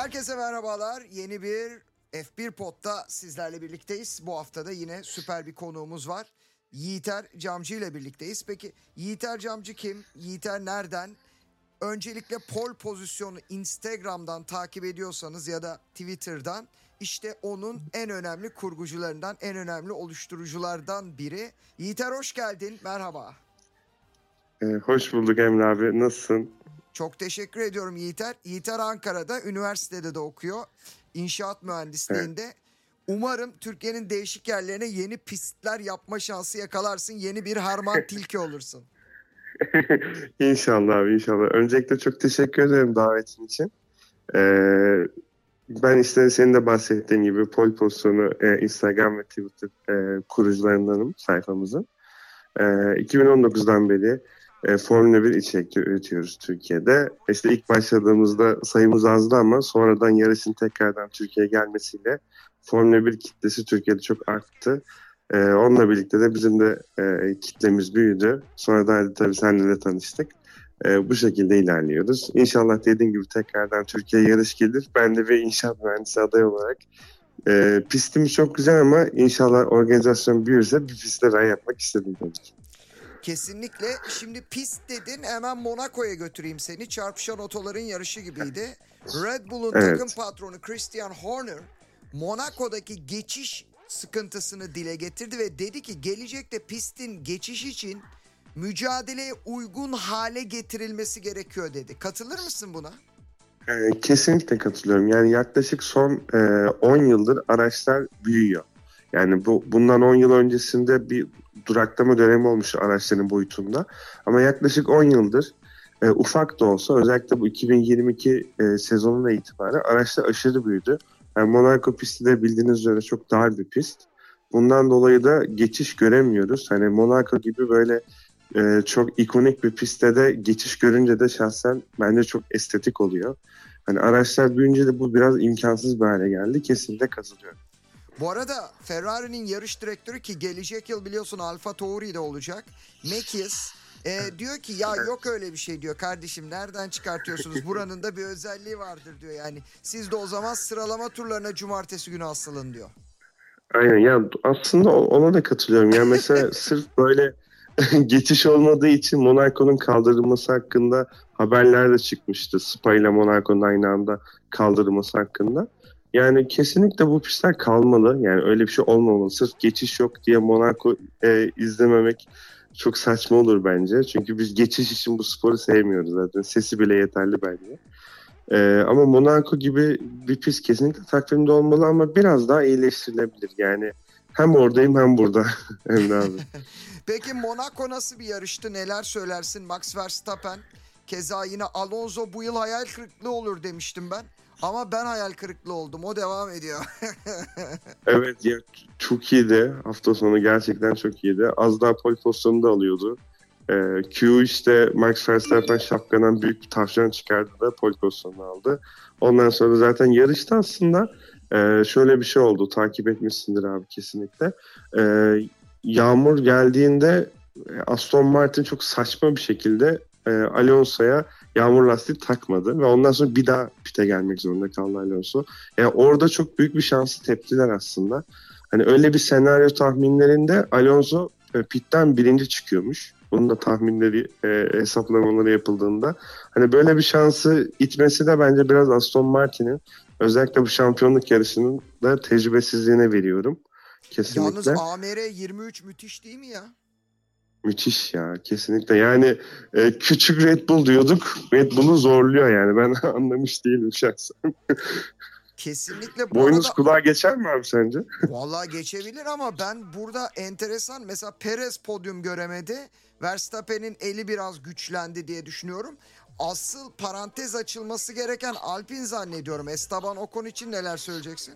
Herkese merhabalar. Yeni bir F1 Pod'da sizlerle birlikteyiz. Bu haftada yine süper bir konuğumuz var. Yiğiter Camcı ile birlikteyiz. Peki Yiğiter Camcı kim? Yiğiter nereden? Öncelikle pole pozisyonu Instagram'dan takip ediyorsanız ya da Twitter'dan işte onun en önemli kurgucularından, en önemli oluşturuculardan biri. Yiğiter hoş geldin. Merhaba. Hoş bulduk Emre abi. Nasılsın? Çok teşekkür ediyorum Yiğiter. Yiğiter Ankara'da, üniversitede de okuyor. İnşaat mühendisliğinde. Evet. Umarım Türkiye'nin değişik yerlerine yeni pistler yapma şansı yakalarsın. Yeni bir Herman Tilke olursun. İnşallah abi, inşallah. Öncelikle çok teşekkür ederim davetin için. Ben işte senin de bahsettiğin gibi pole pozisyonu Instagram ve Twitter kurucularındanım sayfamızın. 2019'dan beri Formula 1 içerikleri üretiyoruz Türkiye'de. İşte ilk başladığımızda sayımız azdı ama sonradan yarışın tekrardan Türkiye'ye gelmesiyle Formula 1 kitlesi Türkiye'de çok arttı. Onunla birlikte de bizim de kitlemiz büyüdü. Sonradan tabii seninle de tanıştık. Bu şekilde ilerliyoruz. İnşallah dediğim gibi tekrardan Türkiye'ye yarış gelir. Ben de bir inşaat mühendisi adayı olarak pistimiz çok güzel ama inşallah organizasyon büyürse bir pistte ben yapmak istedim tabii ki. Kesinlikle. Şimdi pist dedin, hemen Monaco'ya götüreyim seni. Çarpışan otoların yarışı gibiydi. Red Bull'un takım patronu Christian Horner Monaco'daki geçiş sıkıntısını dile getirdi ve dedi ki gelecekte pistin geçiş için mücadeleye uygun hale getirilmesi gerekiyor dedi. Katılır mısın buna? Kesinlikle katılıyorum. Yani yaklaşık son 10 yıldır araçlar büyüyor. Yani bundan 10 yıl öncesinde bir duraklama dönemi olmuş araçların boyutunda. Ama yaklaşık 10 yıldır ufak da olsa özellikle bu 2022 sezonuna itibaren araçlar aşırı büyüdü. Yani Monaco pisti de bildiğiniz üzere çok dar bir pist. Bundan dolayı da geçiş göremiyoruz. Hani Monaco gibi böyle çok ikonik bir pistte de geçiş görünce de şahsen bence çok estetik oluyor. Hani araçlar büyüyünce de bu biraz imkansız bir hale geldi. Kesinlikle katılıyorum. Bu arada Ferrari'nin yarış direktörü ki gelecek yıl biliyorsun Alfa Tauri'de olacak. Mekies diyor ki ya yok öyle bir şey diyor kardeşim, nereden çıkartıyorsunuz, buranın da bir özelliği vardır diyor. Yani siz de o zaman sıralama turlarına cumartesi günü asılın diyor. Aynen ya, aslında ona da katılıyorum. Yani mesela sırf böyle geçiş olmadığı için Monaco'nun kaldırılması hakkında haberler de çıkmıştı. Spa ile Monaco'nun aynı anda kaldırılması hakkında. Yani kesinlikle bu pistler kalmalı. Yani öyle bir şey olmamalı. Sırf geçiş yok diye Monaco izlememek çok saçma olur bence. Çünkü biz geçiş için bu sporu sevmiyoruz zaten. Sesi bile yeterli bence. Ama Monaco gibi bir pist kesinlikle takvimde olmalı ama biraz daha iyileştirilebilir. Yani hem oradayım hem burada Emre abi. Peki Monaco nasıl bir yarıştı? Neler söylersin? Max Verstappen, keza yine Alonso bu yıl hayal kırıklığı olur demiştim ben. Ama ben hayal kırıklığı oldum. O devam ediyor. Evet ya, çok iyiydi. Hafta sonu gerçekten çok iyiydi. Az daha pole pozisyonu da alıyordu. Q3'te Max Verstappen şapkadan büyük bir tavşan çıkardı da pole pozisyonu aldı. Ondan sonra zaten yarışta aslında şöyle bir şey oldu. Takip etmişsindir abi kesinlikle. Yağmur geldiğinde Aston Martin çok saçma bir şekilde Alonso'ya yağmur lastiği takmadı ve ondan sonra bir daha pite gelmek zorunda kaldı Alonso. Yani orada çok büyük bir şansı teptiler aslında. Hani öyle bir senaryo tahminlerinde Alonso pitten birinci çıkıyormuş. Bunun da tahminleri, hesaplamaları yapıldığında. Hani böyle bir şansı itmesi de bence biraz Aston Martin'in özellikle bu şampiyonluk yarışının da tecrübesizliğine veriyorum. Kesinlikle. Yalnız AMR 23 müthiş değil mi ya? Müthiş ya, kesinlikle. Yani küçük Red Bull diyorduk. Red Bull'u zorluyor yani. Ben anlamış değilim şahsen. Kesinlikle. Boynuz kulağa geçer mi abi sence? Vallahi geçebilir ama ben burada enteresan, mesela Perez podyum göremedi. Verstappen'in eli biraz güçlendi diye düşünüyorum. Asıl parantez açılması gereken Alpine zannediyorum. Esteban Ocon için neler söyleyeceksin?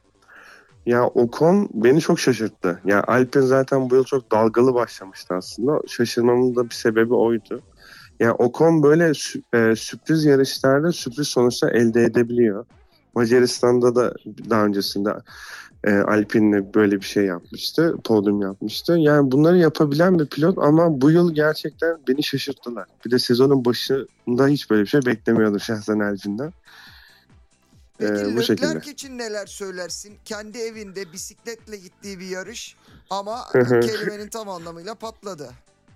Ya Ocon beni çok şaşırttı. Ya Alpine zaten bu yıl çok dalgalı başlamıştı aslında. Şaşırmamın da bir sebebi oydu. Ya Ocon böyle sürpriz yarışlarda sürpriz sonuçlar elde edebiliyor. Macaristan'da da daha öncesinde Alpine'le böyle bir şey yapmıştı. Podyum yapmıştı. Yani bunları yapabilen bir pilot ama bu yıl gerçekten beni şaşırttılar. Bir de sezonun başında hiç böyle bir şey beklemiyordum şahsen Alpine'den. Peki Bu şekilde. Leclerc için neler söylersin? Kendi evinde bisikletle gittiği bir yarış ama kelimenin tam anlamıyla patladı.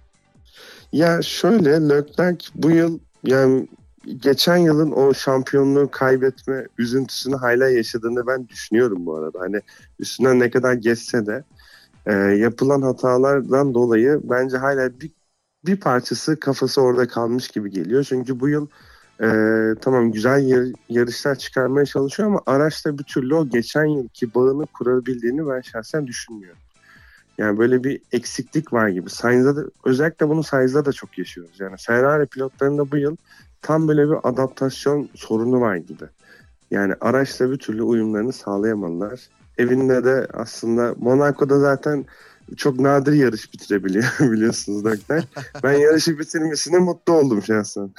Ya şöyle, Leclerc bu yıl, yani geçen yılın o şampiyonluğu kaybetme üzüntüsünü hala yaşadığını ben düşünüyorum bu arada. Hani üstünden ne kadar geçse de yapılan hatalardan dolayı bence hala bir parçası, kafası orada kalmış gibi geliyor. Çünkü bu yıl tamam, güzel yarışlar çıkarmaya çalışıyor ama araçla bir türlü o geçen yılki bağını kurabildiğini ben şahsen düşünmüyorum. Yani böyle bir eksiklik var gibi. Sainz'da da, özellikle bunu Sainz'da da çok yaşıyoruz. Yani Ferrari pilotlarında bu yıl tam böyle bir adaptasyon sorunu var gibi. Yani araçla bir türlü uyumlarını sağlayamadılar. Evinde de aslında Monaco'da zaten çok nadir yarış bitirebiliyor biliyorsunuz Dökler. Ben yarışı bitirmesine mutlu oldum şahsen.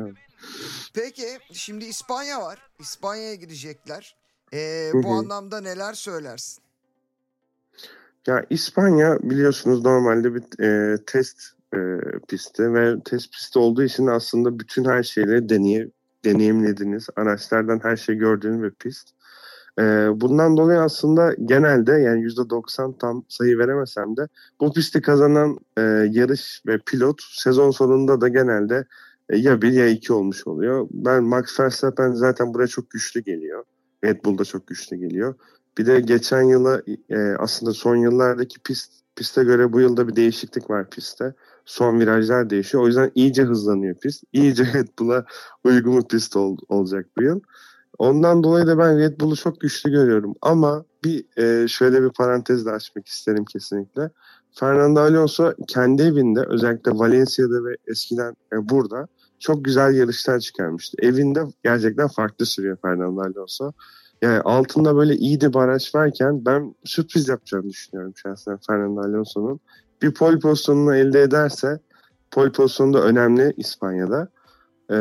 Peki şimdi İspanya var. İspanya'ya gidecekler. Hı Bu hı. anlamda neler söylersin? Ya İspanya biliyorsunuz normalde bir test pisti ve test pisti olduğu için aslında bütün her şeyleri deneyimlediniz. Araçlardan her şeyi gördüğünüz bir pist. Bundan dolayı aslında genelde, yani %90 tam sayı veremesem de, bu pisti kazanan yarış ve pilot sezon sonunda da genelde ya bir ya iki olmuş oluyor. Max Verstappen zaten buraya çok güçlü geliyor. Red Bull'da çok güçlü geliyor. Bir de geçen yıla aslında son yıllardaki piste göre bu yılda bir değişiklik var pistte. Son virajlar değişiyor. O yüzden iyice hızlanıyor pist. İyice Red Bull'a uygun bir pist olacak bu yıl. Ondan dolayı da ben Red Bull'u çok güçlü görüyorum. Ama şöyle bir parantez de açmak isterim kesinlikle. Fernando Alonso kendi evinde, özellikle Valencia'da ve eskiden burada çok güzel yarışlar çıkarmıştı. Evinde gerçekten farklı sürüyor Fernando Alonso. Yani altında böyle iyi de bir araç varken ben sürpriz yapacağını düşünüyorum şahsen Fernando Alonso'nun. Bir pole pozisyonunu elde ederse, pole pozisyonu da önemli İspanya'da. Ee,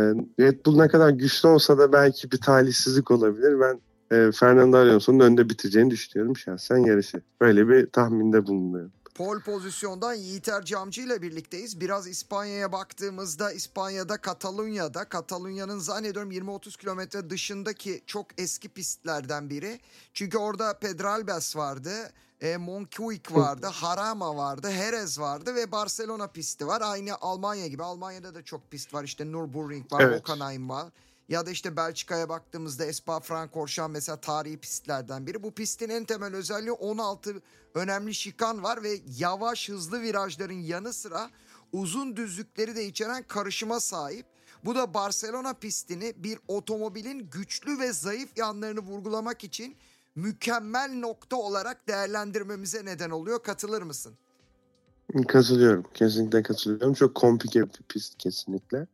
Red Bull ne kadar güçlü olsa da belki bir talihsizlik olabilir. Ben Fernando Alonso'nun önde bitireceğini düşünüyorum şahsen yarışı. Böyle bir tahminde bulunuyorum. Pol pozisyondan Yiğiter Camcı ile birlikteyiz. Biraz İspanya'ya baktığımızda İspanya'da Catalunya'nın zannediyorum 20-30 kilometre dışındaki çok eski pistlerden biri. Çünkü orada Pedralbes vardı, Montjuic vardı, Jarama vardı, Jerez vardı ve Barcelona pisti var. Aynı Almanya gibi. Almanya'da da çok pist var. İşte Nürburgring var, Evet. Hockenheim var. Ya da işte Belçika'ya baktığımızda Spa-Francorchamps mesela tarihi pistlerden biri. Bu pistin en temel özelliği 16 önemli şikan var ve yavaş hızlı virajların yanı sıra uzun düzlükleri de içeren karışıma sahip. Bu da Barcelona pistini bir otomobilin güçlü ve zayıf yanlarını vurgulamak için mükemmel nokta olarak değerlendirmemize neden oluyor. Katılır mısın? Katılıyorum. Kesinlikle katılıyorum. Çok komplike bir pist kesinlikle.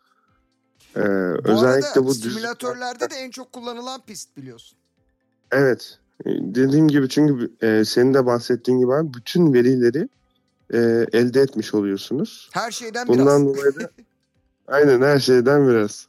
Bu arada Özellikle bu düzlükler. simülatörlerde de en çok kullanılan pist biliyorsun. Evet. Dediğim gibi, çünkü senin de bahsettiğin gibi abi, bütün verileri elde etmiş oluyorsunuz. Her şeyden biraz. Bundan dolayı da aynen her şeyden biraz.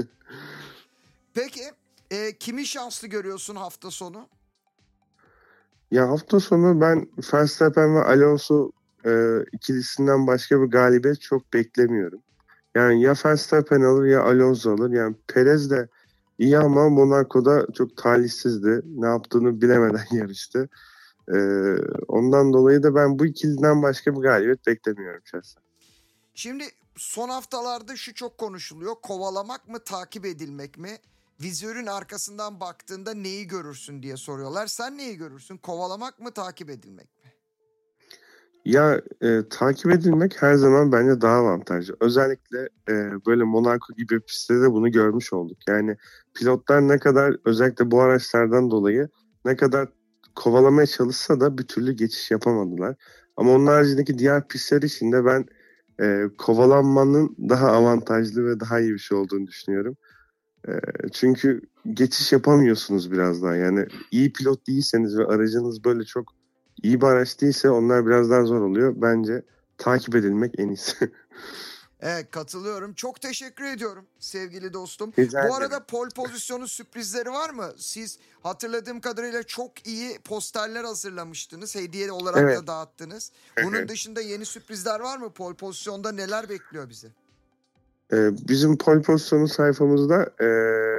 Peki kimi şanslı görüyorsun hafta sonu? Ya hafta sonu ben Verstappen ve Alonso ikilisinden başka bir galibiyet çok beklemiyorum. Yani ya Verstappen alır ya Alonso alır. Yani Perez de iyi ama Monaco'da çok talihsizdi. Ne yaptığını bilemeden yarıştı. E, Ondan dolayı da ben bu ikiliden başka bir galibiyet beklemiyorum şahsen. Şimdi son haftalarda şu çok konuşuluyor. Kovalamak mı, takip edilmek mi? Vizörün arkasından baktığında neyi görürsün diye soruyorlar. Sen neyi görürsün? Kovalamak mı, takip edilmek mi? Ya takip edilmek her zaman bence daha avantajlı. Özellikle böyle Monaco gibi pistte bunu görmüş olduk. Yani pilotlar ne kadar, özellikle bu araçlardan dolayı, ne kadar kovalamaya çalışsa da bir türlü geçiş yapamadılar. Ama onun haricindeki diğer pistler için de ben kovalanmanın daha avantajlı ve daha iyi bir şey olduğunu düşünüyorum. E, Çünkü geçiş yapamıyorsunuz biraz daha. Yani iyi pilot değilseniz ve aracınız böyle çok İyi bir araç değilse onlar biraz daha zor oluyor. Bence takip edilmek en iyisi. Evet, katılıyorum. Çok teşekkür ediyorum sevgili dostum. Rica Bu ederim. arada pol pozisyonu sürprizleri var mı? Siz hatırladığım kadarıyla çok iyi posterler hazırlamıştınız. Hediye olarak Evet. da dağıttınız. Bunun dışında yeni sürprizler var mı? Pol pozisyonda neler bekliyor bizi? Bizim pole pozisyonu sayfamızda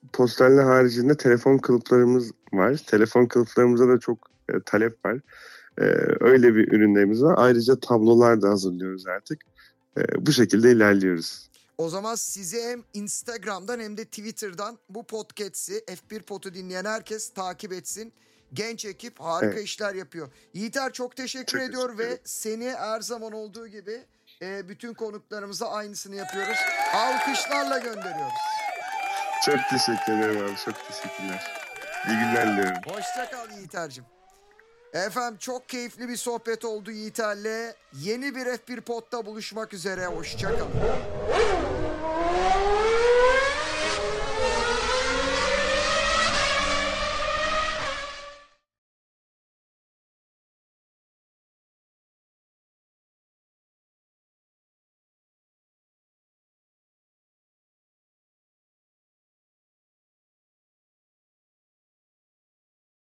posterler haricinde telefon kılıflarımız var. Telefon kılıflarımıza da çok talep var. Öyle bir ürünlerimiz var. Ayrıca tablolar da hazırlıyoruz artık. Bu şekilde ilerliyoruz. O zaman sizi hem Instagram'dan hem de Twitter'dan bu podcast'i F1 Pot'u dinleyen herkes takip etsin. Genç ekip harika işler yapıyor. Yiğiter çok teşekkür ediyor ve seni her zaman olduğu gibi bütün konuklarımıza aynısını yapıyoruz. Alkışlarla gönderiyoruz. Çok teşekkür ederim abi. Çok teşekkürler. İyi günler diliyorum. Hoşça kal Yiğiter'cim. Efendim çok keyifli bir sohbet oldu Yiğiter'le. Yeni bir F1 Pod'da buluşmak üzere. Hoşça kalın.